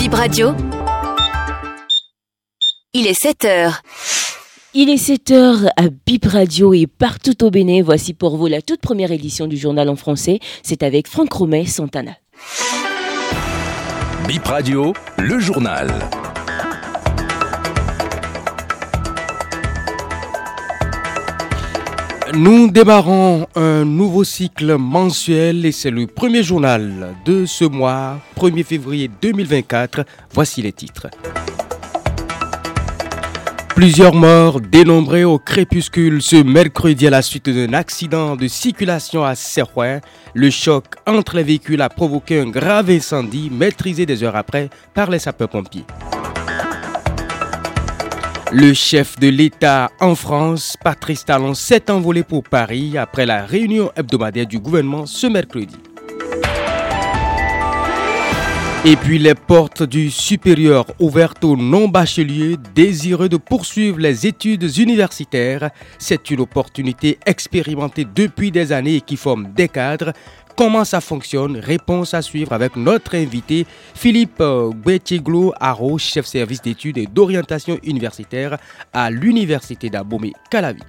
Bip Radio. Il est 7h. Il est 7h à Bip Radio et partout au Bénin. Voici pour vous la toute première édition du journal en français. C'est avec Franck Romet Santana. Bip Radio, le journal. Nous démarrons un nouveau cycle mensuel et c'est le premier journal de ce mois, 1er février 2024. Voici les titres. Plusieurs morts dénombrés au crépuscule ce mercredi à la suite d'un accident de circulation à Serroin. Le choc entre les véhicules a provoqué un grave incendie maîtrisé des heures après par les sapeurs-pompiers. Le chef de l'État en France, Patrice Talon, s'est envolé pour Paris après la réunion hebdomadaire du gouvernement ce mercredi. Et puis les portes du supérieur ouvertes aux non-bacheliers désireux de poursuivre les études universitaires. C'est une opportunité expérimentée depuis des années et qui forme des cadres. Comment ça fonctionne? Réponse à suivre avec notre invité Philippe Guettieglo-Haro, chef service d'études et d'orientation universitaire à l'université d'Abomey-Calavi.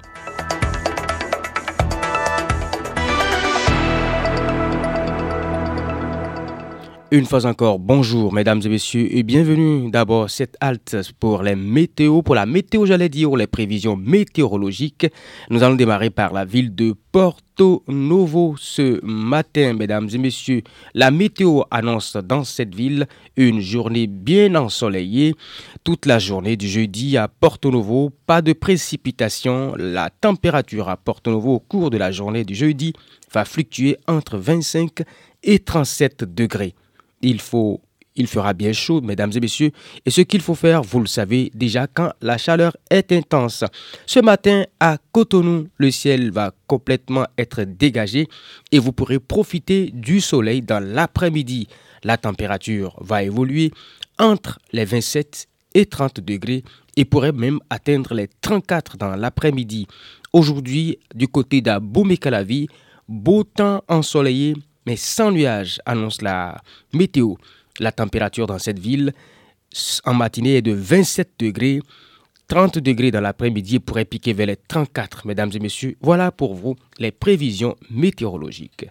Une fois encore, bonjour mesdames et messieurs et bienvenue. D'abord cette halte pour la météo, j'allais dire, les prévisions météorologiques. Nous allons démarrer par la ville de Porto Novo ce matin, mesdames et messieurs. La météo annonce dans cette ville une journée bien ensoleillée. Toute la journée du jeudi à Porto Novo, pas de précipitations. La température à Porto Novo au cours de la journée du jeudi va fluctuer entre 25 et 37 degrés. Il fera bien chaud, mesdames et messieurs, et ce qu'il faut faire, vous le savez déjà quand la chaleur est intense. Ce matin, à Cotonou, le ciel va complètement être dégagé et vous pourrez profiter du soleil dans l'après-midi. La température va évoluer entre les 27 et 30 degrés et pourrait même atteindre les 34 dans l'après-midi. Aujourd'hui, du côté d'Abomey-Calavi, beau temps ensoleillé, mais sans nuages, annonce la météo. La température dans cette ville en matinée est de 27 degrés, 30 degrés dans l'après-midi et pourrait piquer vers les 34. Mesdames et messieurs, voilà pour vous les prévisions météorologiques.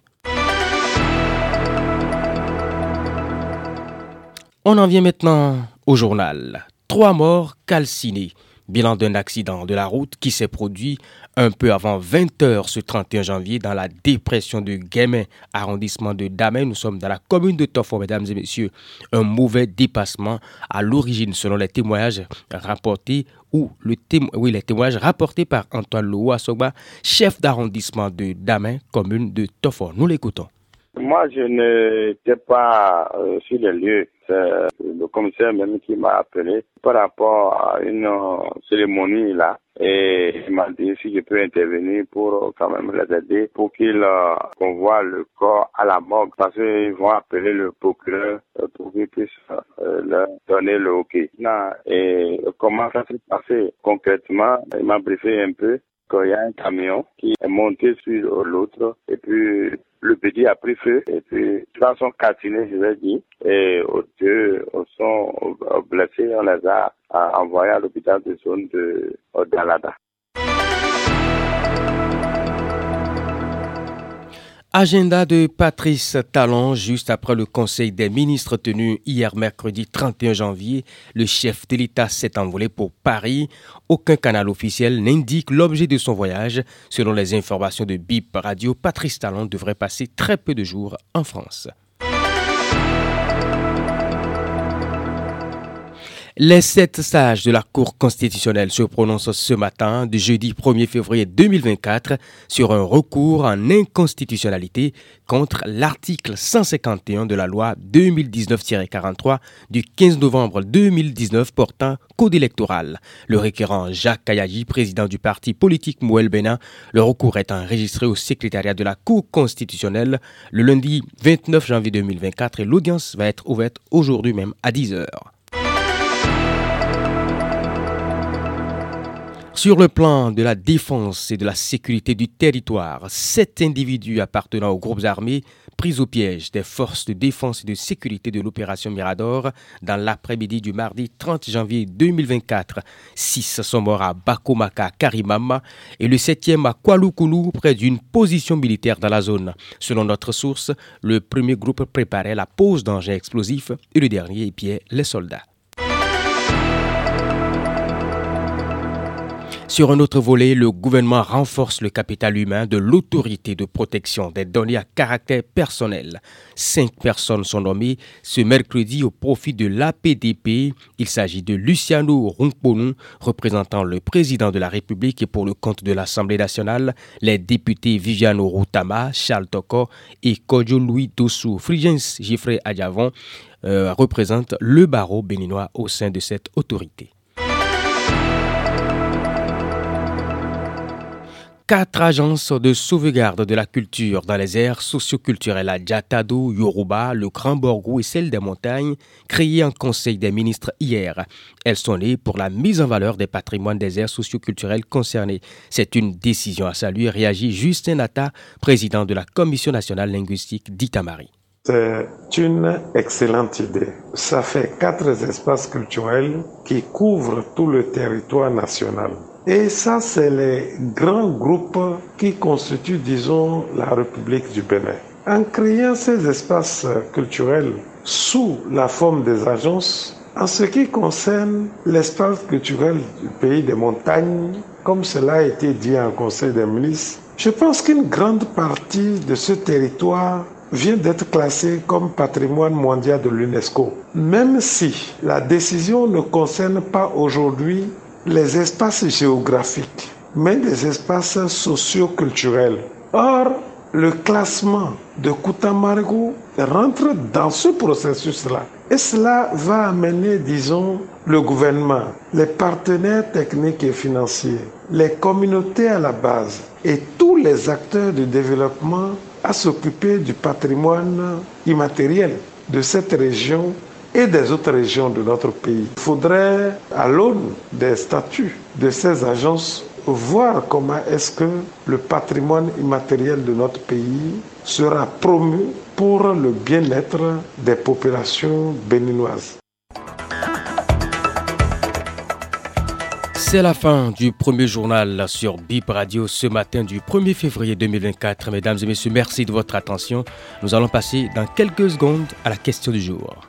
On en vient maintenant au journal. 3 morts calcinés. Bilan d'un accident de la route qui s'est produit un peu avant 20h ce 31 janvier dans la dépression de Guémet, arrondissement de Damay. Nous sommes dans la commune de Tofo, mesdames et messieurs. Un mauvais dépassement à l'origine selon les témoignages rapportés les témoignages rapportés par Antoine Louassoba, chef d'arrondissement de Damay, commune de Tofo. Nous l'écoutons. Moi, je n'étais pas sur les lieux. C'est le commissaire même qui m'a appelé par rapport à une cérémonie là. Et il m'a dit si je peux intervenir pour quand même les aider pour qu'ils convoient le corps à la morgue. Parce qu'ils vont appeler le procureur pour qu'il puisse leur donner le OK. Et comment ça s'est passé concrètement? Il m'a briefé un peu qu'il y a un camion qui est monté sur l'autre et puis le petit a pris feu et puis trois sont calcinés, je vais dire, et deux sont blessés. On les a envoyés à l'hôpital de zone de Dalada. Agenda de Patrice Talon, juste après le conseil des ministres tenu hier mercredi 31 janvier. Le chef de l'État s'est envolé pour Paris. Aucun canal officiel n'indique l'objet de son voyage. Selon les informations de Bip Radio, Patrice Talon devrait passer très peu de jours en France. Les 7 sages de la Cour constitutionnelle se prononcent ce matin, du jeudi 1er février 2024, sur un recours en inconstitutionnalité contre l'article 151 de la loi 2019-43 du 15 novembre 2019 portant code électoral. Le requérant Jacques Kayadji, président du parti politique Mouel Bénin, le recours est enregistré au secrétariat de la Cour constitutionnelle le lundi 29 janvier 2024 et l'audience va être ouverte aujourd'hui même à 10h. Sur le plan de la défense et de la sécurité du territoire, 7 individus appartenant aux groupes armés pris au piège des forces de défense et de sécurité de l'opération Mirador dans l'après-midi du mardi 30 janvier 2024. 6 sont morts à Bakomaka, Karimama et le 7e à Kwalukulu près d'une position militaire dans la zone. Selon notre source, le premier groupe préparait la pose d'engins explosifs et le dernier épiait les soldats. Sur un autre volet, le gouvernement renforce le capital humain de l'autorité de protection des données à caractère personnel. 5 personnes sont nommées ce mercredi au profit de l'APDP. Il s'agit de Luciano Runkponu, représentant le président de la République et pour le compte de l'Assemblée nationale, les députés Viviano Routama, Charles Toko et Kodjo Louis Dossou. Frigens Giffrey Adjavon représente le barreau béninois au sein de cette autorité. 4 agences de sauvegarde de la culture dans les aires socioculturelles à Djatado, Yoruba, le Grand Borgou et celle des montagnes, créées en Conseil des ministres hier. Elles sont nées pour la mise en valeur des patrimoines des aires socioculturelles concernées. C'est une décision à saluer, réagit Justin Nata, président de la Commission nationale linguistique d'Itamari. C'est une excellente idée. Ça fait 4 espaces culturels qui couvrent tout le territoire national. Et ça, c'est les grands groupes qui constituent, disons, la République du Bénin. En créant ces espaces culturels sous la forme des agences, en ce qui concerne l'espace culturel du pays des montagnes, comme cela a été dit en Conseil des ministres, je pense qu'une grande partie de ce territoire vient d'être classé comme patrimoine mondial de l'UNESCO. Même si la décision ne concerne pas aujourd'hui les espaces géographiques, mais les espaces socio-culturels. Or, le classement de Koutamarigou rentre dans ce processus-là. Et cela va amener, disons, le gouvernement, les partenaires techniques et financiers, les communautés à la base et tous les acteurs du développement à s'occuper du patrimoine immatériel de cette région et des autres régions de notre pays. Il faudrait, à l'aune des statuts de ces agences, voir comment est-ce que le patrimoine immatériel de notre pays sera promu pour le bien-être des populations béninoises. C'est la fin du premier journal sur BIP Radio ce matin du 1er février 2024. Mesdames et messieurs, merci de votre attention. Nous allons passer dans quelques secondes à la question du jour.